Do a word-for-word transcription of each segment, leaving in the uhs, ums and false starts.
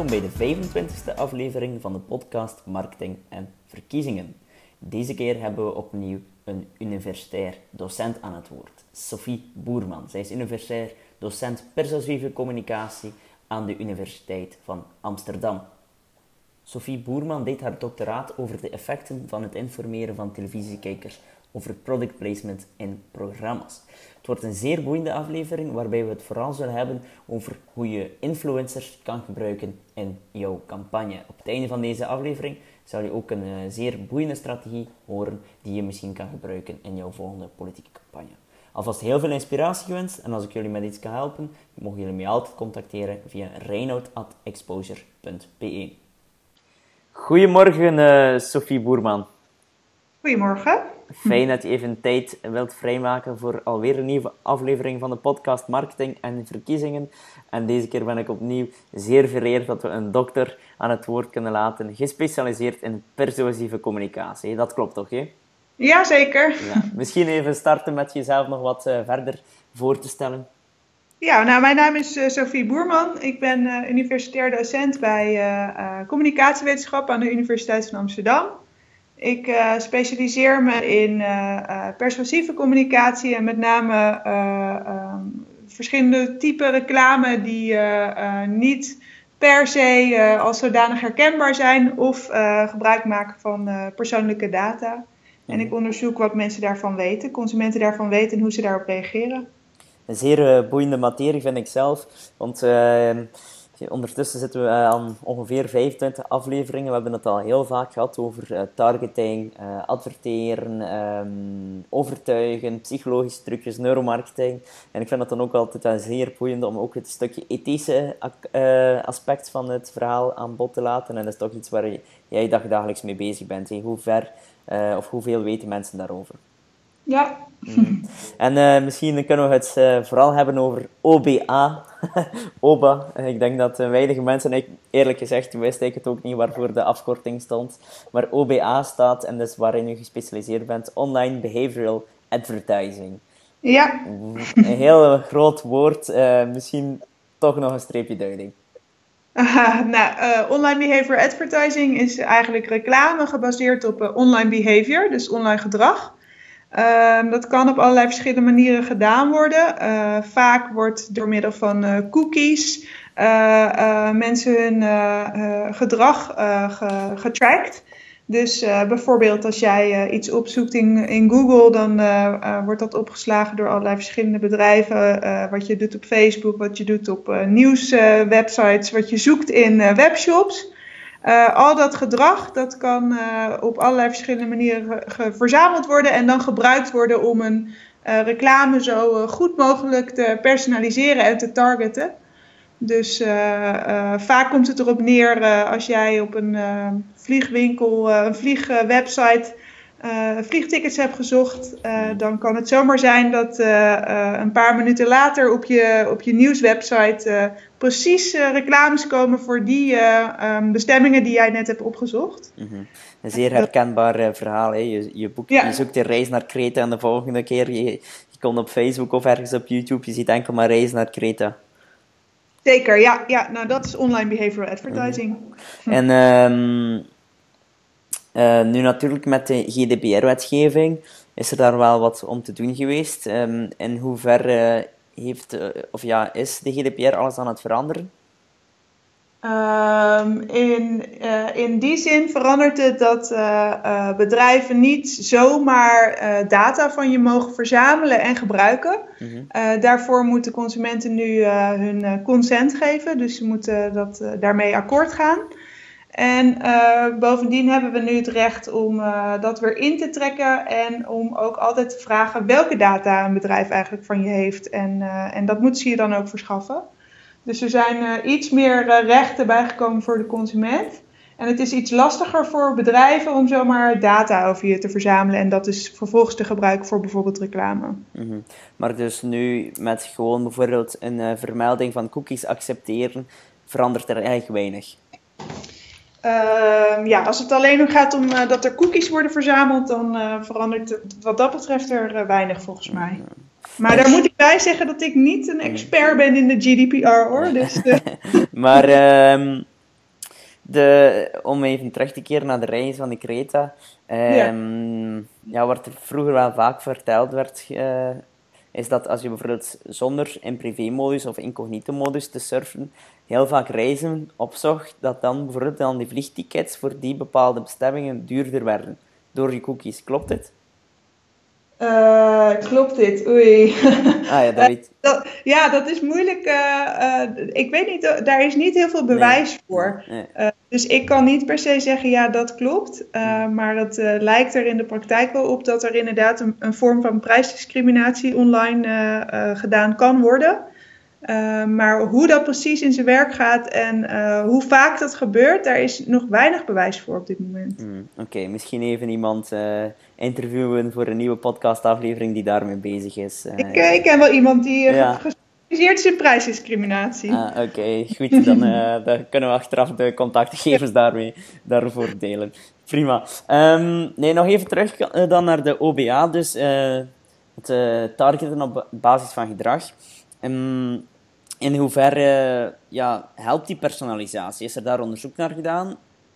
bij de vijfentwintigste aflevering van de podcast Marketing en Verkiezingen. Deze keer hebben we opnieuw een universitair docent aan het woord, Sophie Boerman. Zij is universitair docent persuasieve communicatie aan de Universiteit van Amsterdam. Sophie Boerman deed haar doctoraat over de effecten van het informeren van televisiekijkers over product placement in programma's. Het wordt een zeer boeiende aflevering waarbij we het vooral zullen hebben over hoe je influencers kan gebruiken in jouw campagne. Op het einde van deze aflevering zal je ook een uh, zeer boeiende strategie horen die je misschien kan gebruiken in jouw volgende politieke campagne. Alvast heel veel inspiratie gewenst en als ik jullie met iets kan helpen, mogen jullie mij altijd contacteren via reinoud at exposure punt b e. Goedemorgen uh, Sophie Boerman. Goedemorgen. Fijn dat je even tijd wilt vrijmaken voor alweer een nieuwe aflevering van de podcast Marketing en Verkiezingen. En deze keer ben ik opnieuw zeer vereerd dat we een dokter aan het woord kunnen laten, gespecialiseerd in persuasieve communicatie. Dat klopt toch, hè? Ja, zeker. Ja, misschien even starten met jezelf nog wat uh, verder voor te stellen. Ja, nou, mijn naam is uh, Sophie Boerman. Ik ben uh, universitair docent bij uh, uh, communicatiewetenschap aan de Universiteit van Amsterdam. Ik uh, specialiseer me in uh, uh, persuasieve communicatie en met name uh, um, verschillende typen reclame die uh, uh, niet per se uh, als zodanig herkenbaar zijn of uh, gebruik maken van uh, persoonlijke data. Mm-hmm. En ik onderzoek wat mensen daarvan weten, consumenten daarvan weten en hoe ze daarop reageren. Een zeer uh, boeiende materie vind ik zelf, want uh, ondertussen zitten we aan ongeveer vijfentwintig afleveringen. We hebben het al heel vaak gehad over uh, targeting, uh, adverteren, um, overtuigen, psychologische trucjes, neuromarketing. En ik vind het dan ook altijd uh, zeer boeiend om ook het stukje ethische uh, aspect van het verhaal aan bod te laten. En dat is toch iets waar jij dagelijks mee bezig bent. Hè? Hoe ver uh, of hoeveel weten mensen daarover? Ja. Mm. En uh, misschien kunnen we het uh, vooral hebben over O B A. O B A. Ik denk dat uh, weinig mensen, ik, eerlijk gezegd, wist ik het ook niet waarvoor de afkorting stond. Maar O B A staat, en dat is waarin u gespecialiseerd bent, Online Behavioral Advertising. Ja. Een heel groot woord, uh, misschien toch nog een streepje duiding. Uh, nou, uh, online behavioral advertising is eigenlijk reclame gebaseerd op uh, online behavior, dus online gedrag. Uh, dat kan op allerlei verschillende manieren gedaan worden. Uh, vaak wordt door middel van uh, cookies uh, uh, mensen hun uh, uh, gedrag uh, ge- getracked. Dus uh, bijvoorbeeld als jij uh, iets opzoekt in, in Google, dan uh, uh, wordt dat opgeslagen door allerlei verschillende bedrijven. Uh, wat je doet op Facebook, wat je doet op uh, nieuwswebsites, uh, wat je zoekt in uh, webshops. Uh, al dat gedrag, dat kan uh, op allerlei verschillende manieren ge- ge- verzameld worden en dan gebruikt worden om een uh, reclame zo uh, goed mogelijk te personaliseren en te targeten. Dus uh, uh, vaak komt het erop neer uh, als jij op een uh, vliegwinkel, uh, een vliegwebsite uh, vliegtickets hebt gezocht, uh, dan kan het zomaar zijn dat uh, uh, een paar minuten later op je, op je nieuwswebsite uh, precies uh, reclames komen voor die uh, um, bestemmingen die jij net hebt opgezocht. Mm-hmm. Een zeer herkenbaar uh, verhaal. Hè? Je, je, boekt, ja. je zoekt een reis naar Kreta en de volgende keer je, je komt op Facebook of ergens op YouTube, je ziet enkel maar reis naar Kreta. Zeker, ja. ja. Nou, dat is online behavioral advertising. Mm-hmm. En um, uh, nu natuurlijk met de G D P R-wetgeving is er daar wel wat om te doen geweest. Um, in hoeverre uh, heeft, uh, of ja, is de G D P R alles aan het veranderen? Um, in, uh, in die zin verandert het dat uh, uh, bedrijven niet zomaar uh, data van je mogen verzamelen en gebruiken. Mm-hmm. Uh, daarvoor moeten consumenten nu uh, hun uh, consent geven, dus ze moeten dat, uh, daarmee akkoord gaan. En uh, bovendien hebben we nu het recht om uh, dat weer in te trekken en om ook altijd te vragen welke data een bedrijf eigenlijk van je heeft. En, uh, en dat moeten ze je dan ook verschaffen. Dus er zijn uh, iets meer uh, rechten bijgekomen voor de consument. En het is iets lastiger voor bedrijven om zomaar data over je te verzamelen. En dat is vervolgens te gebruiken voor bijvoorbeeld reclame. Mm-hmm. Maar dus nu met gewoon bijvoorbeeld een uh, vermelding van cookies accepteren, verandert er eigenlijk weinig? Uh, ja, als het alleen om gaat om uh, dat er cookies worden verzameld, dan uh, verandert het wat dat betreft er uh, weinig volgens mij. Mm-hmm. Maar daar moet ik bij zeggen dat ik niet een expert ben in de G D P R hoor. Dus, uh. maar um, de, om even terug te keren naar de reis van de Kreta. Um, ja. ja, wat er vroeger wel vaak verteld werd, uh, is dat als je bijvoorbeeld zonder in privé-modus of incognito-modus te surfen, heel vaak reizen opzocht, dat dan bijvoorbeeld dan die vliegtickets voor die bepaalde bestemmingen duurder werden door je cookies. Klopt dit? Uh, klopt dit? Oei. Ah ja, dat weet uh, dat, Ja, dat is moeilijk. Uh, uh, ik weet niet, daar is niet heel veel bewijs nee. voor. Nee. Uh, dus ik kan niet per se zeggen, ja, dat klopt. Uh, maar het uh, lijkt er in de praktijk wel op dat er inderdaad een, een vorm van prijsdiscriminatie online uh, uh, gedaan kan worden. Uh, maar hoe dat precies in zijn werk gaat en uh, hoe vaak dat gebeurt, daar is nog weinig bewijs voor op dit moment. Mm, Oké, okay. Misschien even iemand uh, interviewen voor een nieuwe podcastaflevering die daarmee bezig is. Uh, ik, uh, ik ken wel iemand die uh, ja. gespecialiseerd is in prijsdiscriminatie. Ah, Oké, okay. Goed. Dan, uh, dan kunnen we achteraf de contactgegevens daarmee, daarvoor delen. Prima. Um, nee, nog even terug uh, dan naar de O B A. Dus uh, het uh, targeten op basis van gedrag. Um, in hoeverre ja, helpt die personalisatie? Is er daar onderzoek naar gedaan?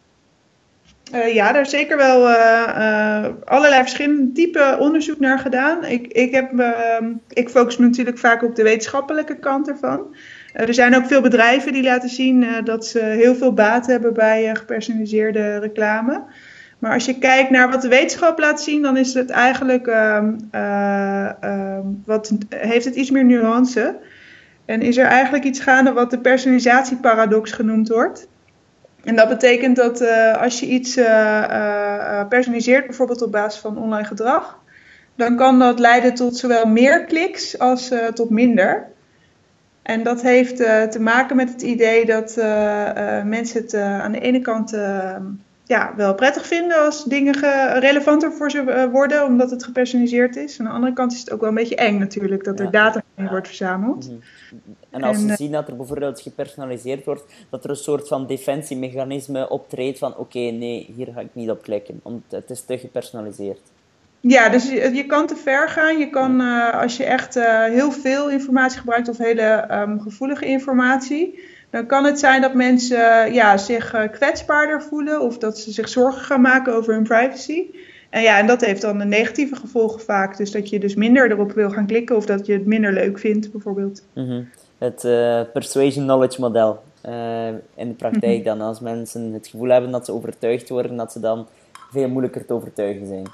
Uh, ja, daar is zeker wel uh, uh, allerlei verschillende typen onderzoek naar gedaan. Ik, ik, heb, uh, ik focus me natuurlijk vaak op de wetenschappelijke kant ervan. Uh, er zijn ook veel bedrijven die laten zien uh, dat ze heel veel baat hebben bij uh, gepersonaliseerde reclame. Maar als je kijkt naar wat de wetenschap laat zien, dan is het eigenlijk, uh, uh, uh, wat, heeft het iets meer nuance. En is er eigenlijk iets gaande wat de personalisatieparadox genoemd wordt. En dat betekent dat uh, als je iets uh, uh, personaliseert, bijvoorbeeld op basis van online gedrag, dan kan dat leiden tot zowel meer kliks als uh, tot minder. En dat heeft uh, te maken met het idee dat uh, uh, mensen het uh, aan de ene kant uh, ja, wel prettig vinden als dingen ge- relevanter voor ze uh, worden, omdat het gepersonaliseerd is. Aan de andere kant is het ook wel een beetje eng natuurlijk, dat er ja, data ja. wordt verzameld. Mm-hmm. En als en, ze zien dat er bijvoorbeeld gepersonaliseerd wordt, dat er een soort van defensiemechanisme optreedt van oké, okay, nee, hier ga ik niet op klikken, want het is te gepersonaliseerd. Ja, dus je, je kan te ver gaan. Je kan, uh, als je echt uh, heel veel informatie gebruikt of hele um, gevoelige informatie, dan kan het zijn dat mensen uh, ja, zich uh, kwetsbaarder voelen of dat ze zich zorgen gaan maken over hun privacy. En ja, en dat heeft dan een negatieve gevolgen vaak. Dus dat je dus minder erop wil gaan klikken of dat je het minder leuk vindt, bijvoorbeeld. Mm-hmm. Het uh, persuasion knowledge model. Uh, in de praktijk mm-hmm. dan, als mensen het gevoel hebben dat ze overtuigd worden, dat ze dan veel moeilijker te overtuigen zijn.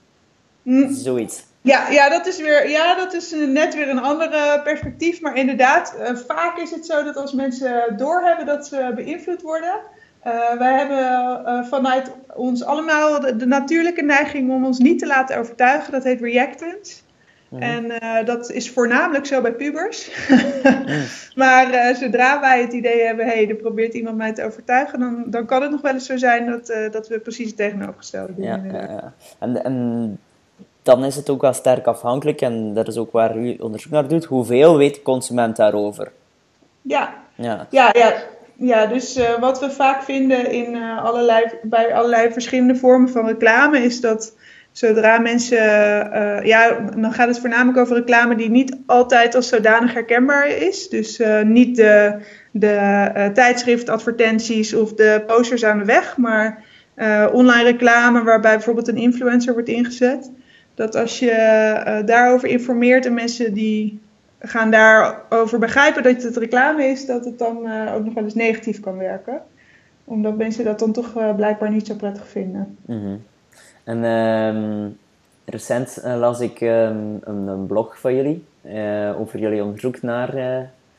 Mm. Zoiets. Ja, ja, dat is weer, ja, dat is net weer een ander perspectief. Maar inderdaad, uh, vaak is het zo dat als mensen doorhebben dat ze beïnvloed worden. Uh, wij hebben uh, vanuit ons allemaal de, de natuurlijke neiging om ons niet te laten overtuigen. Dat heet reactance. Mm-hmm. En uh, dat is voornamelijk zo bij pubers. mm. Maar uh, zodra wij het idee hebben, hé, hey, er probeert iemand mij te overtuigen, dan, dan kan het nog wel eens zo zijn dat, uh, dat we precies het tegenovergestelde doen. Ja, ja, ja. En, en dan is het ook wel sterk afhankelijk, en dat is ook waar u onderzoek naar doet, hoeveel weet de consument daarover? Ja, ja, ja. ja. Ja, dus uh, wat we vaak vinden in, uh, allerlei, bij allerlei verschillende vormen van reclame is dat zodra mensen, uh, ja, dan gaat het voornamelijk over reclame die niet altijd als zodanig herkenbaar is. Dus uh, niet de, de uh, tijdschriftadvertenties of de posters aan de weg, maar uh, online reclame waarbij bijvoorbeeld een influencer wordt ingezet. Dat als je uh, daarover informeert en mensen die gaan daarover begrijpen dat het reclame is, dat het dan uh, ook nog wel eens negatief kan werken. Omdat mensen dat dan toch uh, blijkbaar niet zo prettig vinden. Mm-hmm. En um, recent uh, las ik um, een, een blog van jullie uh, over jullie onderzoek naar uh,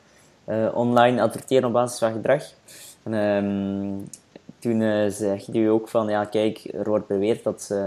uh, online adverteren op basis van gedrag. En um, toen uh, zeg je ook van, ja kijk, er wordt beweerd dat uh,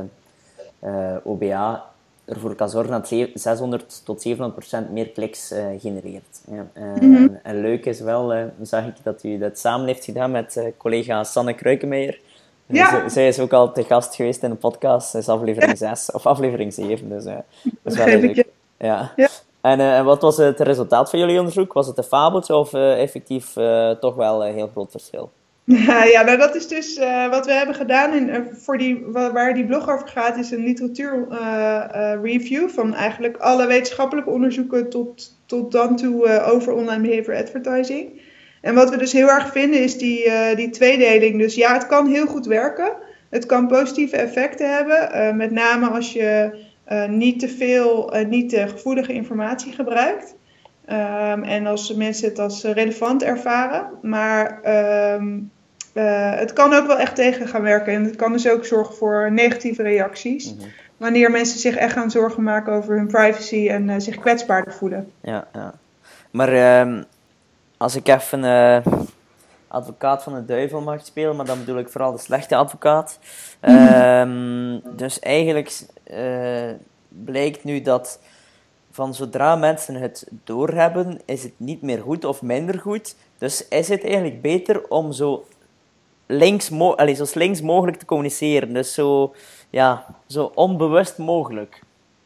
uh, O B A ervoor kan zorgen dat zeshonderd tot zevenhonderd procent meer kliks uh, genereert. Ja. Uh, mm-hmm. En leuk is wel, uh, zag ik dat u dat samen heeft gedaan met uh, collega Sanne Kruikemeijer. Ja. Z- zij is ook al te gast geweest in een podcast, dat is aflevering ja. zes of aflevering zeven. Dus uh, dat is wel heel leuk. Ja. Ja. En uh, wat was het resultaat van jullie onderzoek? Was het een fabeltje of uh, effectief uh, toch wel een heel groot verschil? Ja, ja, nou dat is dus uh, wat we hebben gedaan. In, uh, voor die, waar die blog over gaat, is een literatuur uh, uh, review van eigenlijk alle wetenschappelijke onderzoeken tot, tot dan toe uh, over online behavior advertising. En wat we dus heel erg vinden is die, uh, die tweedeling. Dus ja, het kan heel goed werken. Het kan positieve effecten hebben. Uh, met name als je uh, niet te veel, uh, niet te gevoelige informatie gebruikt. Um, en als mensen het als relevant ervaren. Maar um, uh, het kan ook wel echt tegen gaan werken. En het kan dus ook zorgen voor negatieve reacties. Mm-hmm. Wanneer mensen zich echt gaan zorgen maken over hun privacy en uh, zich kwetsbaarder voelen. Ja, ja. Maar um, als ik even uh, advocaat van de duivel mag spelen, maar dan bedoel ik vooral de slechte advocaat. Um, dus eigenlijk uh, blijkt nu dat van zodra mensen het doorhebben, is het niet meer goed of minder goed. Dus is het eigenlijk beter om zo links, mo- allez, zo links mogelijk te communiceren. Dus zo, ja, zo onbewust mogelijk.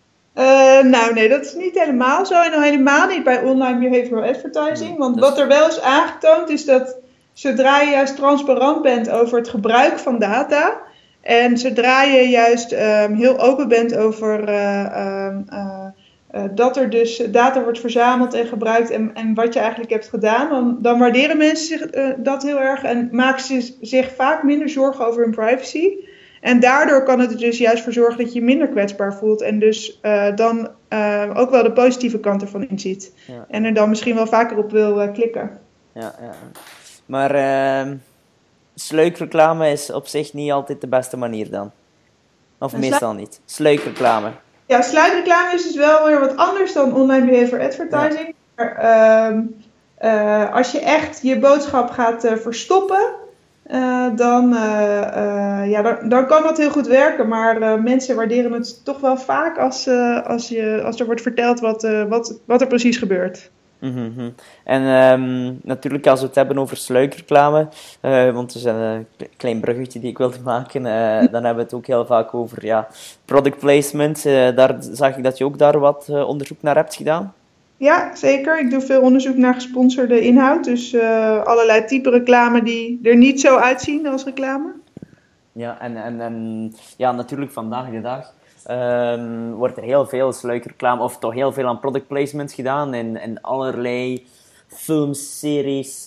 Uh, nou nee, dat is niet helemaal zo. En al helemaal niet bij online behavioral advertising. Want dus wat er wel is aangetoond is dat zodra je juist transparant bent over het gebruik van data. En zodra je juist um, heel open bent over uh, um, uh, uh, dat er dus data wordt verzameld en gebruikt en, en wat je eigenlijk hebt gedaan. Dan, dan waarderen mensen zich, uh, dat heel erg en maken ze zich vaak minder zorgen over hun privacy. En daardoor kan het er dus juist voor zorgen dat je je minder kwetsbaar voelt. En dus uh, dan uh, ook wel de positieve kant ervan inziet. Ja. En er dan misschien wel vaker op wil uh, klikken. Ja, ja. Maar uh, sluikreclame is op zich niet altijd de beste manier dan? Of en meestal sluik... niet? Sluikreclame. Ja, sluikreclame is dus wel weer wat anders dan online behavioral advertising. Ja. Maar uh, uh, als je echt je boodschap gaat uh, verstoppen... Uh, dan, uh, uh, ja, dan, dan kan dat heel goed werken, maar uh, mensen waarderen het toch wel vaak als, uh, als, je, als er wordt verteld wat, uh, wat, wat er precies gebeurt. Mm-hmm. En um, natuurlijk als we het hebben over sluikreclame, uh, want er is een uh, klein bruggetje die ik wilde maken, uh, dan hebben we het ook heel vaak over ja, product placement. Uh, daar zag ik dat je ook daar wat uh, onderzoek naar hebt gedaan. Ja, zeker. Ik doe veel onderzoek naar gesponsorde inhoud. Dus uh, allerlei type reclame die er niet zo uitzien als reclame. Ja, en, en, en ja, natuurlijk vandaag de dag um, wordt er heel veel sluikreclame, of toch heel veel aan product placement gedaan. In, in allerlei films, series.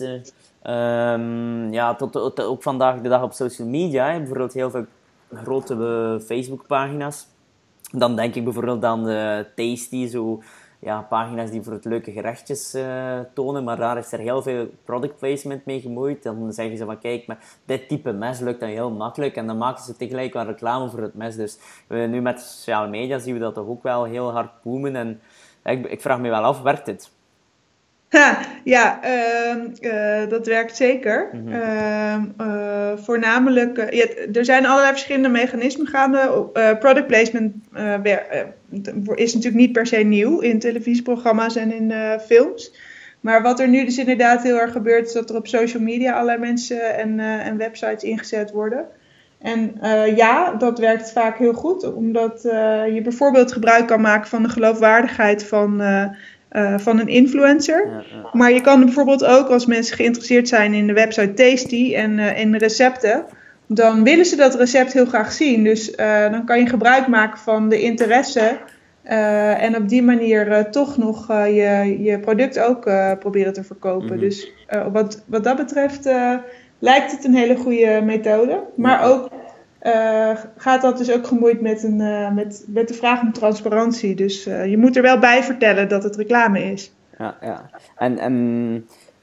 Uh, um, ja, tot, tot ook vandaag de dag op social media. Hè. Bijvoorbeeld heel veel grote uh, Facebook-pagina's. Dan denk ik bijvoorbeeld aan de Tasty, zo... Ja, pagina's die voor het leuke gerechtjes uh, tonen, maar daar is er heel veel product placement mee gemoeid. Dan zeggen ze van, kijk, met dit type mes lukt dat heel makkelijk. En dan maken ze tegelijk wel reclame voor het mes. Dus uh, nu met sociale media zien we dat toch ook wel heel hard boomen. En uh, ik, ik vraag me wel af, werkt dit? Ha, ja, uh, uh, dat werkt zeker. Mm-hmm. Uh, uh, voornamelijk, uh, ja, er zijn allerlei verschillende mechanismen gaande. Uh, product placement uh, wer- uh, is natuurlijk niet per se nieuw in televisieprogramma's en in uh, films. Maar wat er nu dus inderdaad heel erg gebeurt, is dat er op social media allerlei mensen en, uh, en websites ingezet worden. En uh, ja, dat werkt vaak heel goed, omdat uh, je bijvoorbeeld gebruik kan maken van de geloofwaardigheid van... Uh, Uh, van een influencer. Ja, ja. Maar je kan bijvoorbeeld ook, als mensen geïnteresseerd zijn in de website Tasty en uh, in recepten, dan willen ze dat recept heel graag zien. Dus uh, dan kan je gebruik maken van de interesse uh, en op die manier uh, toch nog uh, je, je product ook uh, proberen te verkopen. Mm-hmm. Dus uh, wat, wat dat betreft uh, lijkt het een hele goede methode. Maar ja. ook Uh, gaat dat dus ook gemoeid met, een, uh, met, met de vraag om transparantie. Dus uh, je moet er wel bij vertellen dat het reclame is. Ja, ja. En, en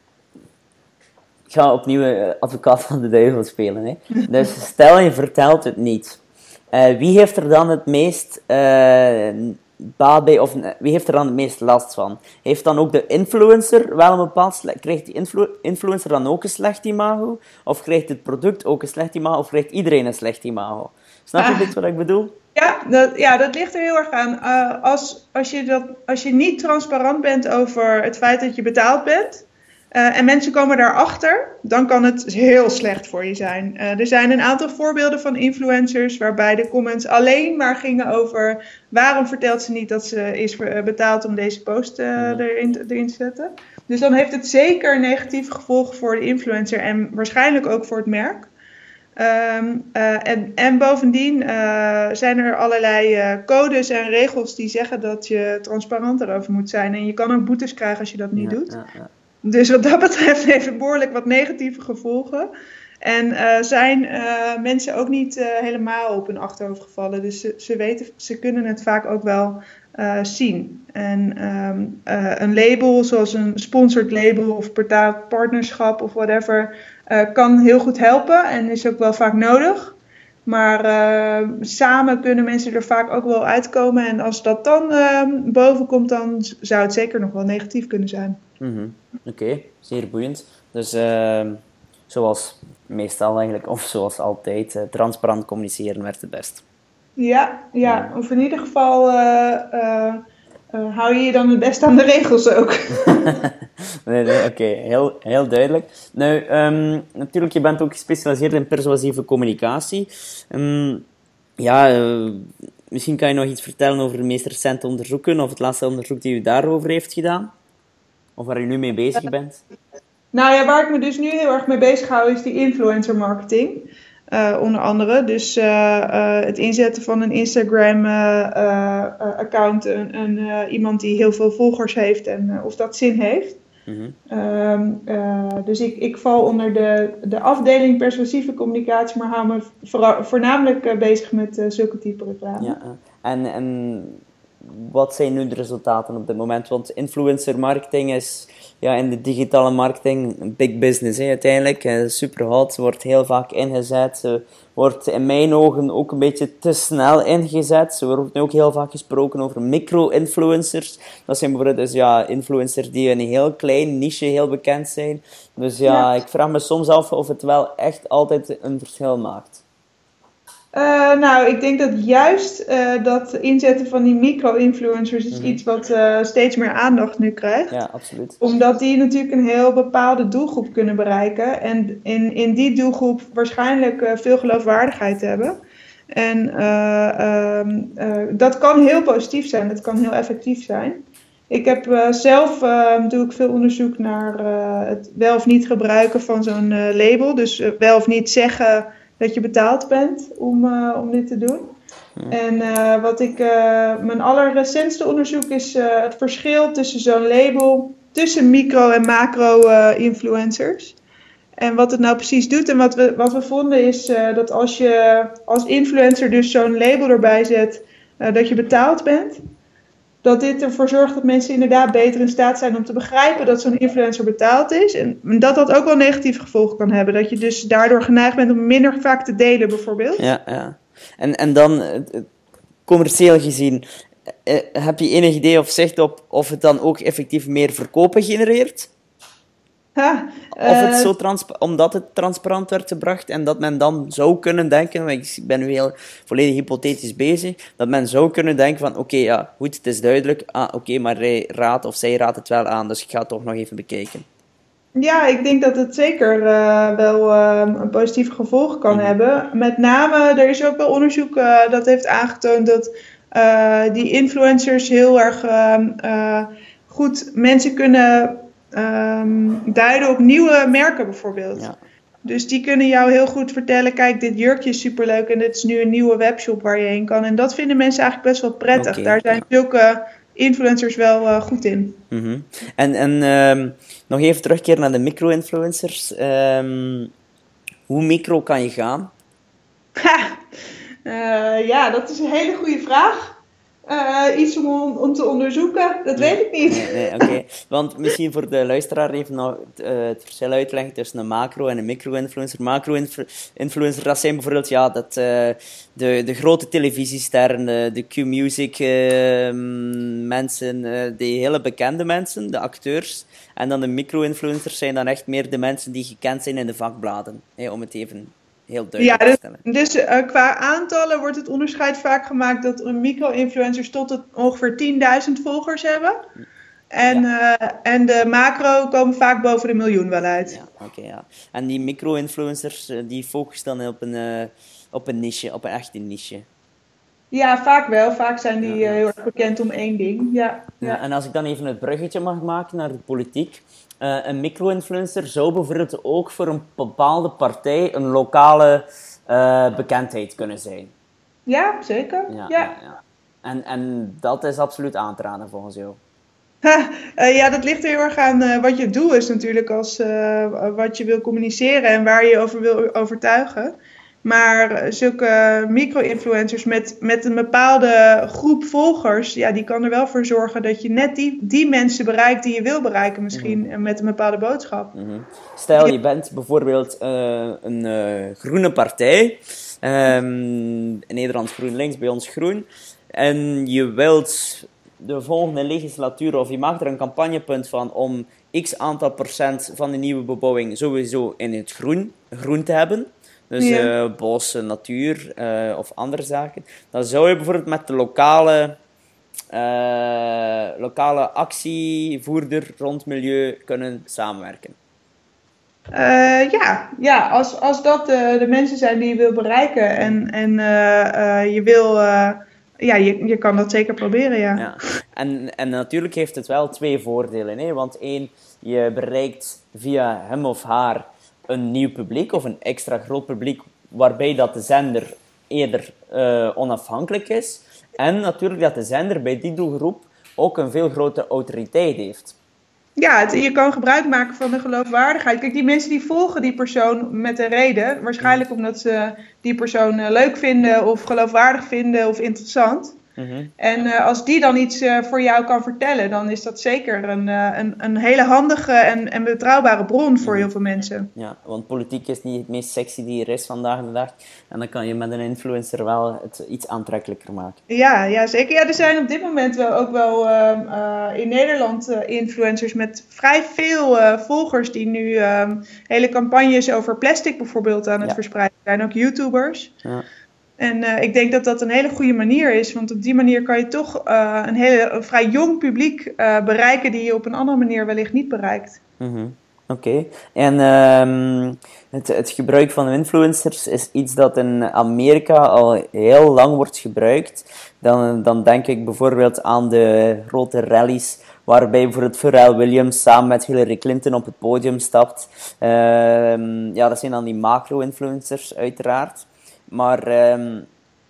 ik ga opnieuw uh, advocaat van de duivel spelen. Hè. Dus stel je vertelt het niet. Uh, wie heeft er dan het meest uh, baat bij, of uh, wie heeft er dan het meest last van? Heeft dan ook de influencer wel een bepaald slecht... Krijgt die influ- influencer dan ook een slecht imago? Of krijgt het product ook een slecht imago? Of krijgt iedereen een slecht imago? Snap je ah. dit wat ik bedoel? Ja, dat, ja, dat ligt er heel erg aan. Uh, als, als, je dat, als je niet transparant bent over het feit dat je betaald bent... Uh, en mensen komen daarachter, dan kan het heel slecht voor je zijn. Uh, er zijn een aantal voorbeelden van influencers waarbij de comments alleen maar gingen over waarom vertelt ze niet dat ze is betaald om deze post uh, erin, erin te zetten. Dus dan heeft het zeker negatieve gevolgen voor de influencer en waarschijnlijk ook voor het merk. Um, uh, en, en bovendien uh, zijn er allerlei uh, codes en regels die zeggen dat je transparant erover moet zijn. En je kan ook boetes krijgen als je dat niet ja, doet. Ja, ja. dus wat dat betreft heeft het behoorlijk wat negatieve gevolgen. En uh, zijn uh, mensen ook niet uh, helemaal op hun achterhoofd gevallen. Dus ze, ze, weten, ze kunnen het vaak ook wel uh, zien. En um, uh, een label, zoals een sponsored label of partnerschap of whatever, uh, kan heel goed helpen en is ook wel vaak nodig. Maar uh, samen kunnen mensen er vaak ook wel uitkomen. En als dat dan uh, boven komt, dan zou het zeker nog wel negatief kunnen zijn. Mm-hmm. Oké, okay, zeer boeiend. Dus uh, zoals meestal eigenlijk, of zoals altijd, uh, transparant communiceren werkt het best. Ja, ja, of in ieder geval uh, uh, uh, hou je je dan het best aan de regels ook. nee, nee, oké, okay. heel, heel duidelijk. Nou, um, natuurlijk, je bent ook gespecialiseerd in persuasieve communicatie. Um, ja, uh, misschien kan je nog iets vertellen over de meest recente onderzoeken, of het laatste onderzoek die u daarover heeft gedaan? Of waar je nu mee bezig bent? Nou ja, waar ik me dus nu heel erg mee bezig hou, is die influencer marketing. Uh, onder andere. Dus uh, uh, het inzetten van een Instagram uh, uh, account. Een, een, uh, iemand die heel veel volgers heeft en uh, of dat zin heeft. Mm-hmm. Um, uh, dus ik, ik val onder de, de afdeling persuasieve communicatie, maar hou me voor, voornamelijk uh, bezig met uh, zulke type reclame. Ja, en, en wat zijn nu de resultaten op dit moment? Want influencer marketing is ja, in de digitale marketing een big business, hè, uiteindelijk. Uh, super hot, wordt heel vaak ingezet. Uh, wordt in mijn ogen ook een beetje te snel ingezet. Er wordt nu ook heel vaak gesproken over micro-influencers. Dat zijn bijvoorbeeld dus, ja, influencers die in een heel klein niche heel bekend zijn. Dus ja, ja, ik vraag me soms af of het wel echt altijd een verschil maakt. Uh, nou, ik denk dat juist uh, dat inzetten van die micro-influencers is mm-hmm. iets wat uh, steeds meer aandacht nu krijgt. Ja, absoluut. Omdat die natuurlijk een heel bepaalde doelgroep kunnen bereiken. En in, in die doelgroep waarschijnlijk uh, veel geloofwaardigheid hebben. En uh, um, uh, dat kan heel positief zijn, dat kan heel effectief zijn. Ik heb uh, zelf, uh, doe ik veel onderzoek naar uh, het wel of niet gebruiken van zo'n uh, label. Dus uh, wel of niet zeggen dat je betaald bent om, uh, om dit te doen. Ja. En uh, wat ik, uh, mijn allerrecentste onderzoek is uh, het verschil tussen zo'n label, tussen micro- en macro-influencers. Uh, en wat het nou precies doet en wat we, wat we vonden is uh, dat als je als influencer dus zo'n label erbij zet, uh, dat je betaald bent. Dat dit ervoor zorgt dat mensen inderdaad beter in staat zijn om te begrijpen dat zo'n influencer betaald is. En dat dat ook wel negatieve gevolgen kan hebben. Dat je dus daardoor geneigd bent om minder vaak te delen bijvoorbeeld. Ja, ja. En, en dan commercieel gezien, heb je enig idee of zicht op of het dan ook effectief meer verkopen genereert? Ha, uh, of het zo transpa- omdat het transparant werd gebracht en dat men dan zou kunnen denken, maar ik ben nu heel volledig hypothetisch bezig, dat men zou kunnen denken van oké, okay, ja, goed, het is duidelijk, ah, oké, okay, maar hij raadt of zij raadt het wel aan, dus ik ga het toch nog even bekijken. Ja, ik denk dat het zeker uh, wel uh, een positieve gevolg kan mm. hebben. Met name, er is ook wel onderzoek uh, dat heeft aangetoond dat uh, die influencers heel erg uh, uh, goed mensen kunnen Um, duiden op nieuwe merken bijvoorbeeld. Ja. Dus die kunnen jou heel goed vertellen, kijk, dit jurkje is superleuk en dit is nu een nieuwe webshop waar je heen kan. En dat vinden mensen eigenlijk best wel prettig. Okay, Daar zijn ja. zulke influencers wel uh, goed in. Mm-hmm. En, en um, nog even terugkeren naar de micro-influencers. Um, hoe micro kan je gaan? Ha, uh, ja, dat is een hele goede vraag. Uh, iets om, om te onderzoeken, dat nee, weet ik niet. Nee, nee, oké. Okay. Want misschien voor de luisteraar even nog uh, het verschil uitleggen tussen een macro- en een micro-influencer. Macro-influencer, dat zijn bijvoorbeeld ja, dat, uh, de, de grote televisiesterren, de, de Q-music uh, mensen, uh, de hele bekende mensen, de acteurs. En dan de micro-influencers zijn dan echt meer de mensen die gekend zijn in de vakbladen. Hey, om het even heel duidelijk ja, te stellen. Dus uh, qua aantallen wordt het onderscheid vaak gemaakt dat micro-influencers tot het ongeveer tienduizend volgers hebben. En, ja. uh, en de macro komen vaak boven de miljoen wel uit. Ja, oké, okay, ja. En die micro-influencers, uh, die focussen dan op een, uh, op een niche, op een echte niche. Ja, vaak wel. Vaak zijn die ja, ja. Uh, heel erg bekend om één ding. Ja, ja. Ja. En als ik dan even het bruggetje mag maken naar de politiek. Uh, een micro-influencer zou bijvoorbeeld ook voor een bepaalde partij een lokale uh, bekendheid kunnen zijn. Ja, zeker. Ja, ja. Ja, ja. En, en dat is absoluut aan te raden volgens jou. Ha, uh, ja, dat ligt er heel erg aan uh, wat je doel is natuurlijk, als uh, wat je wil communiceren en waar je je over wil overtuigen. Maar zulke micro-influencers met, met een bepaalde groep volgers, ja, die kan er wel voor zorgen dat je net die, die mensen bereikt die je wil bereiken misschien, mm-hmm. met een bepaalde boodschap. Mm-hmm. Stel, je bent bijvoorbeeld uh, een uh, groene partij, um, in Nederland GroenLinks, bij ons Groen, en je wilt de volgende legislatuur, of je maakt er een campagnepunt van om x aantal procent van de nieuwe bebouwing sowieso in het groen, groen te hebben. Dus ja. uh, bos, natuur uh, of andere zaken. Dan zou je bijvoorbeeld met de lokale, uh, lokale actievoerder rond milieu kunnen samenwerken. Uh, ja, ja als, als dat de, de mensen zijn die je wil bereiken en, en uh, uh, je wil... Uh, ja, je, je kan dat zeker proberen, ja. ja. En, en natuurlijk heeft het wel twee voordelen. Hè? Want één, je bereikt via hem of haar een nieuw publiek of een extra groot publiek, waarbij dat de zender eerder uh, onafhankelijk is. En natuurlijk dat de zender bij die doelgroep ook een veel grotere autoriteit heeft. Ja, het, je kan gebruik maken van de geloofwaardigheid. Kijk, die mensen die volgen die persoon met een reden. Waarschijnlijk omdat ze die persoon uh, leuk vinden of geloofwaardig vinden of interessant. Mm-hmm. En uh, als die dan iets uh, voor jou kan vertellen, dan is dat zeker een, uh, een, een hele handige en, en betrouwbare bron voor heel veel mensen. Ja, want politiek is niet het meest sexy die er is vandaag de dag. En dan kan je met een influencer wel het iets aantrekkelijker maken. Ja, ja zeker. Ja, er zijn op dit moment wel ook wel uh, uh, in Nederland uh, influencers met vrij veel uh, volgers die nu uh, hele campagnes over plastic bijvoorbeeld aan het ja. verspreiden zijn. Ook YouTubers. Ja. En uh, ik denk dat dat een hele goede manier is, want op die manier kan je toch uh, een, hele, een vrij jong publiek uh, bereiken die je op een andere manier wellicht niet bereikt. Mm-hmm. Oké. Okay. En um, het, het gebruik van influencers is iets dat in Amerika al heel lang wordt gebruikt. Dan, dan denk ik bijvoorbeeld aan de grote rallies, waarbij bijvoorbeeld Pharrell Williams samen met Hillary Clinton op het podium stapt. Um, ja, dat zijn dan die macro-influencers uiteraard. Maar um,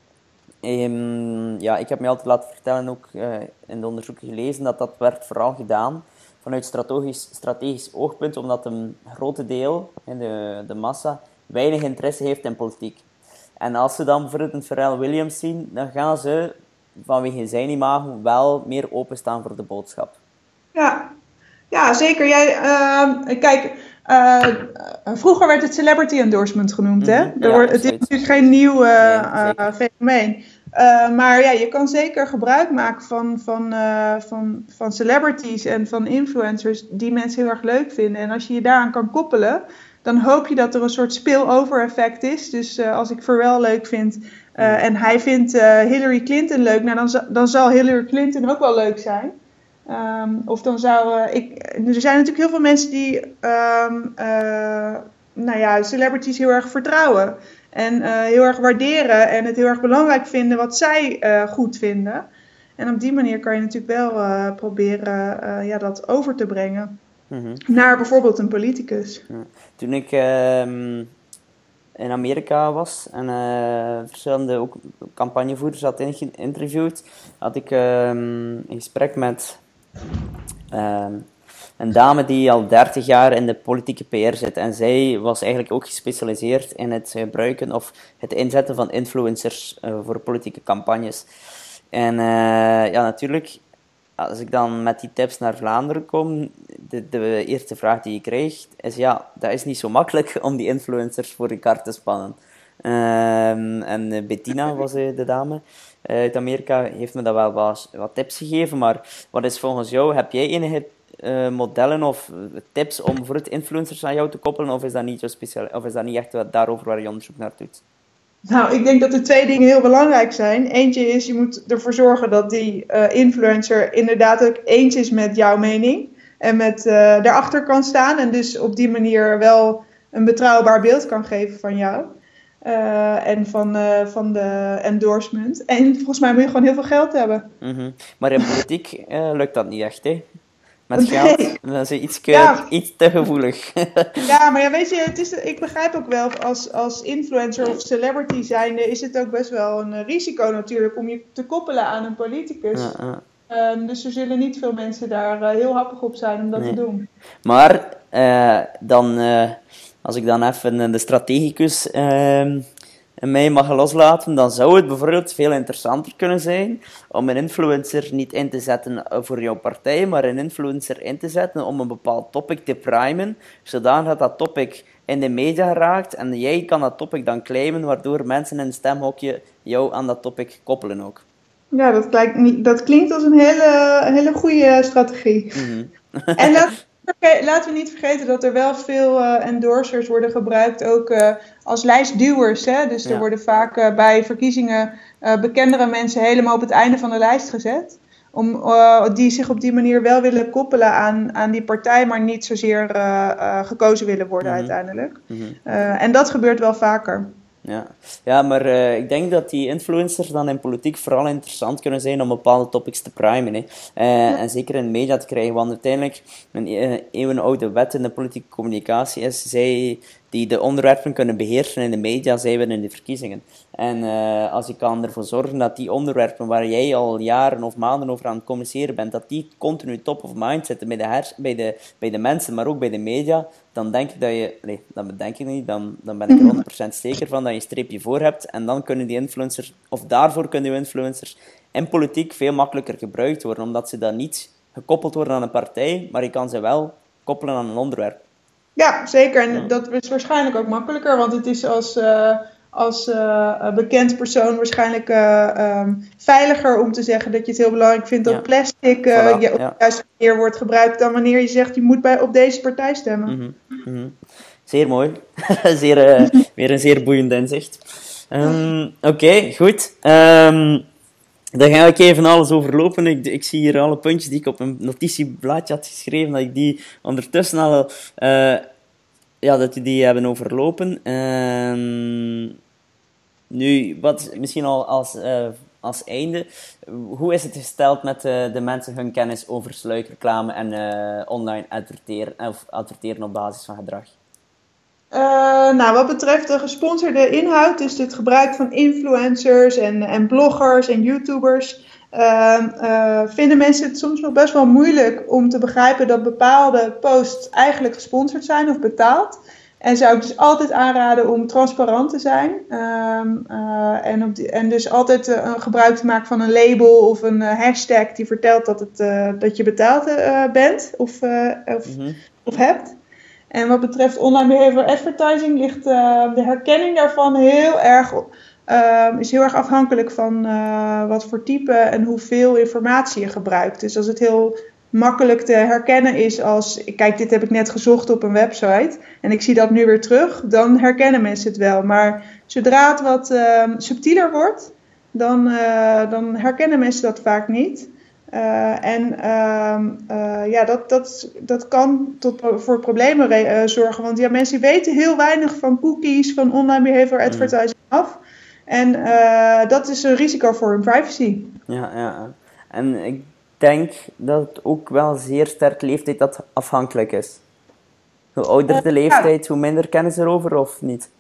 um, ja, ik heb me altijd laten vertellen, ook uh, in de onderzoeken gelezen, dat dat werd vooral gedaan vanuit strategisch, strategisch oogpunt, omdat een grote deel, de, de massa, weinig interesse heeft in politiek. En als ze dan bijvoorbeeld een Pharrell Williams zien, dan gaan ze vanwege zijn imago wel meer openstaan voor de boodschap. Ja, ja zeker. Jij, uh, kijk... Uh, vroeger werd het celebrity endorsement genoemd, hè? Mm-hmm. Er wordt, ja, het is natuurlijk geen nieuw uh, nee, uh, fenomeen. Uh, maar ja, je kan zeker gebruik maken van, van, uh, van, van celebrities en van influencers die mensen heel erg leuk vinden. En als je je daaraan kan koppelen, dan hoop je dat er een soort spillover effect is. Dus uh, als ik Pharrell leuk vind uh, mm. en hij vindt uh, Hillary Clinton leuk, nou dan, dan zal Hillary Clinton ook wel leuk zijn. Um, of dan zou uh, ik... Er zijn natuurlijk heel veel mensen die um, uh, nou ja, celebrities heel erg vertrouwen. En uh, heel erg waarderen en het heel erg belangrijk vinden wat zij uh, goed vinden. En op die manier kan je natuurlijk wel uh, proberen uh, ja, dat over te brengen. Mm-hmm. Naar bijvoorbeeld een politicus. Ja. Toen ik uh, in Amerika was en uh, verschillende ook campagnevoerders had geïnterviewd, had ik uh, een gesprek met uh, een dame die al dertig jaar in de politieke P R zit. En zij was eigenlijk ook gespecialiseerd in het gebruiken of het inzetten van influencers uh, voor politieke campagnes. En uh, ja, natuurlijk, als ik dan met die tips naar Vlaanderen kom, de, de eerste vraag die je krijgt is, ja, dat is niet zo makkelijk om die influencers voor je kar te spannen. Um, en uh, Bettina was uh, de dame uh, uit Amerika, heeft me dat wel wat, wat tips gegeven, maar wat is volgens jou, heb jij enige uh, modellen of tips om voor het influencers aan jou te koppelen, of is dat niet zo speciaal, of is dat niet echt wat daarover waar je onderzoek naar doet? Nou, ik denk dat er twee dingen heel belangrijk zijn. Eentje is, je moet ervoor zorgen dat die uh, influencer inderdaad ook eens is met jouw mening. En met uh, daarachter kan staan. En dus op die manier wel een betrouwbaar beeld kan geven van jou. Uh, en van, uh, van de endorsement. En volgens mij moet je gewoon heel veel geld hebben. Mm-hmm. Maar in politiek uh, lukt dat niet echt, hè? Met geld, nee. Dat is iets, ja. iets te gevoelig. Ja, maar ja, weet je, het is, ik begrijp ook wel, als, als influencer of celebrity zijnde, is het ook best wel een risico natuurlijk om je te koppelen aan een politicus. Ja, ja. Um, dus er zullen niet veel mensen daar uh, heel happig op zijn om dat nee. te doen. Maar uh, dan, uh, als ik dan even de strategicus uh, in mij mag loslaten, dan zou het bijvoorbeeld veel interessanter kunnen zijn om een influencer niet in te zetten voor jouw partij, maar een influencer in te zetten om een bepaald topic te primen, zodat dat topic in de media raakt en jij kan dat topic dan claimen, waardoor mensen in een stemhokje jou aan dat topic koppelen ook. Ja, dat klinkt, dat klinkt als een hele, hele goede strategie. Mm-hmm. En dat, laten we niet vergeten dat er wel veel uh, endorsers worden gebruikt, ook uh, als lijstduwers. Hè? Dus ja. Er worden vaak uh, bij verkiezingen uh, bekendere mensen helemaal op het einde van de lijst gezet. Om, uh, die zich op die manier wel willen koppelen aan, aan die partij, maar niet zozeer uh, uh, gekozen willen worden mm-hmm. uiteindelijk. Mm-hmm. Uh, en dat gebeurt wel vaker. Ja, ja maar uh, ik denk dat die influencers dan in politiek vooral interessant kunnen zijn om bepaalde topics te primen. Hè. Uh, ja. En zeker in media te krijgen, want uiteindelijk een uh, eeuwenoude wet in de politieke communicatie is, zij die de onderwerpen kunnen beheersen in de media, zij winnen in de verkiezingen. En uh, als je kan ervoor zorgen dat die onderwerpen waar jij al jaren of maanden over aan het communiceren bent, dat die continu top of mind zitten bij de, hers- bij de, bij de mensen, maar ook bij de media, dan denk ik dat je, nee, dat bedenk ik niet, dan, dan ben ik er honderd procent zeker van dat je een streepje voor hebt en dan kunnen die influencers, of daarvoor kunnen die influencers in politiek veel makkelijker gebruikt worden, omdat ze dan niet gekoppeld worden aan een partij, maar je kan ze wel koppelen aan een onderwerp. Ja, zeker. En ja. dat is waarschijnlijk ook makkelijker, want het is als, uh, als uh, bekend persoon waarschijnlijk uh, um, veiliger om te zeggen dat je het heel belangrijk vindt dat ja. plastic uh, voilà, ja, op de juiste manier wordt gebruikt dan wanneer je zegt je moet bij, op deze partij stemmen. Mm-hmm. Mm-hmm. Zeer mooi. zeer, uh, weer een zeer boeiend inzicht. Um, Oké, okay, goed. Um, Daar ga ik even alles overlopen. Ik, ik zie hier alle puntjes die ik op een notitieblaadje had geschreven, dat ik die ondertussen al, uh, ja, dat die, die hebben overlopen. Uh, nu, wat misschien al als, uh, als einde, hoe is het gesteld met uh, de mensen hun kennis over sluikreclame en uh, online adverteren, of adverteren op basis van gedrag? Uh, nou, wat betreft de gesponsorde inhoud, dus het gebruik van influencers en, en bloggers en YouTubers, uh, uh, vinden mensen het soms nog best wel moeilijk om te begrijpen dat bepaalde posts eigenlijk gesponsord zijn of betaald. En zou ik dus altijd aanraden om transparant te zijn. Um, uh, en, op die, en dus altijd uh, gebruik te maken van een label of een uh, hashtag die vertelt dat, het, uh, dat je betaald uh, bent of, uh, of, mm-hmm. of hebt. En wat betreft online behavioral advertising ligt uh, de herkenning daarvan heel erg, uh, is heel erg afhankelijk van uh, wat voor type en hoeveel informatie je gebruikt. Dus als het heel makkelijk te herkennen is als, kijk, dit heb ik net gezocht op een website en ik zie dat nu weer terug, dan herkennen mensen het wel. Maar zodra het wat uh, subtieler wordt, dan, uh, dan herkennen mensen dat vaak niet. Uh, en uh, uh, ja, dat, dat, dat kan tot, voor problemen re- uh, zorgen. Want ja, mensen weten heel weinig van cookies, van online behavioral advertising mm. af. En uh, dat is een risico voor hun privacy. Ja, ja. En ik denk dat het ook wel zeer sterk leeftijdsafhankelijk is. Hoe ouder de leeftijd, ja. hoe minder kennis erover, of niet?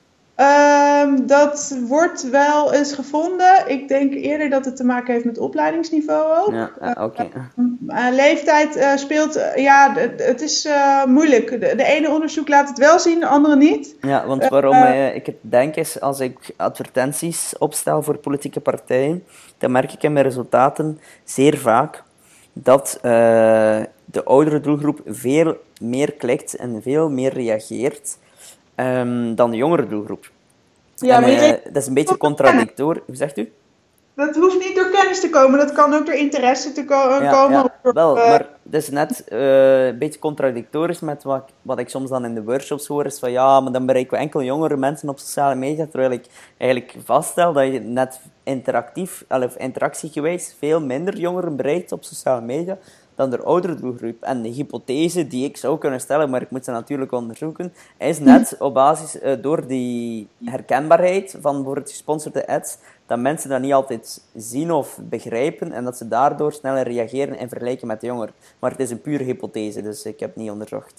Um, dat wordt wel eens gevonden. Ik denk eerder dat het te maken heeft met opleidingsniveau ook. Ja, uh, oké. Okay. Uh, uh, leeftijd uh, speelt... Uh, ja, d- het is uh, moeilijk. De, de ene onderzoek laat het wel zien, de andere niet. Ja, want waarom uh, uh, ik het denk is... Als ik advertenties opstel voor politieke partijen, dan merk ik in mijn resultaten zeer vaak dat uh, de oudere doelgroep veel meer klikt en veel meer reageert Um, dan de jongere doelgroep. Ja, en, maar uh, weet... Dat is een beetje contradictorisch. Hoe zegt u? Dat hoeft niet door kennis te komen, dat kan ook door interesse te ko- ja, komen. Ja, of, wel, uh... maar dat is net uh, een beetje contradictorisch met wat, wat ik soms dan in de workshops hoor, is van ja, maar dan bereiken we enkel jongere mensen op sociale media, terwijl ik eigenlijk vaststel dat je net interactief, of interactiegewijs veel minder jongeren bereikt op sociale media dan de oudere doelgroep. En de hypothese die ik zou kunnen stellen, maar ik moet ze natuurlijk onderzoeken, is net op basis uh, door die herkenbaarheid van bijvoorbeeld gesponsorde ads, dat mensen dat niet altijd zien of begrijpen en dat ze daardoor sneller reageren in vergelijking met de jongeren. Maar het is een pure hypothese, dus ik heb het niet onderzocht. Hè.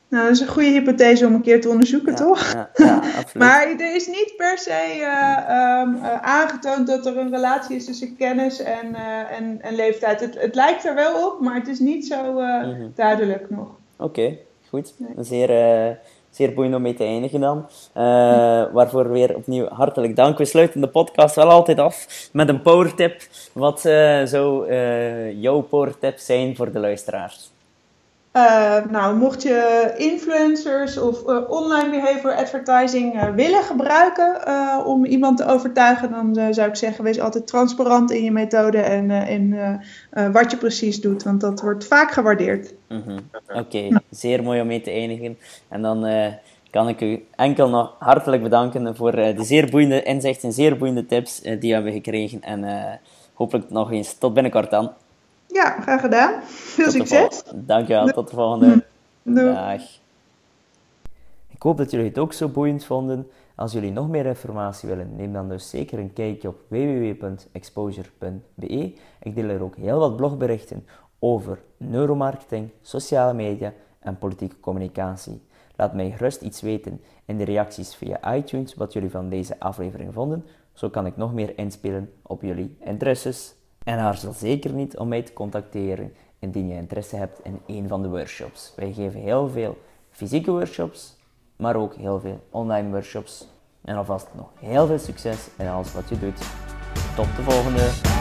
Nou, dat is een goede hypothese om een keer te onderzoeken, Ja, toch? ja, ja, absoluut. Maar er is niet per se uh, um, uh, aangetoond dat er een relatie is tussen kennis en, uh, en, en leeftijd. Het, het lijkt er wel op, maar het is niet zo uh, mm-hmm. duidelijk nog. Oké, okay, goed. Nee. Zeer, uh, zeer boeiend om mee te eindigen dan. Uh, waarvoor weer opnieuw hartelijk dank. We sluiten de podcast wel altijd af met een powertip. Wat uh, zou uh, jouw powertip zijn voor de luisteraars? Uh, nou, mocht je influencers of uh, online behavior advertising uh, willen gebruiken uh, om iemand te overtuigen, dan uh, zou ik zeggen, wees altijd transparant in je methode en uh, in uh, uh, wat je precies doet, want dat wordt vaak gewaardeerd. Mm-hmm. Oké, okay. Zeer mooi om mee te eindigen. En dan uh, kan ik u enkel nog hartelijk bedanken voor uh, de zeer boeiende inzichten en zeer boeiende tips uh, die we hebben gekregen. En uh, hopelijk nog eens tot binnenkort dan. Ja, graag gedaan. Veel tot succes. Dankjewel, tot de volgende. Doei. Dag. Ik hoop dat jullie het ook zo boeiend vonden. Als jullie nog meer informatie willen, neem dan dus zeker een kijkje op w w w punt exposure punt b e. Ik deel er ook heel wat blogberichten over neuromarketing, sociale media en politieke communicatie. Laat mij gerust iets weten in de reacties via iTunes wat jullie van deze aflevering vonden. Zo kan ik nog meer inspelen op jullie interesses. En aarzel zeker niet om mij te contacteren indien je interesse hebt in een van de workshops. Wij geven heel veel fysieke workshops, maar ook heel veel online workshops. En alvast nog heel veel succes in alles wat je doet. Tot de volgende!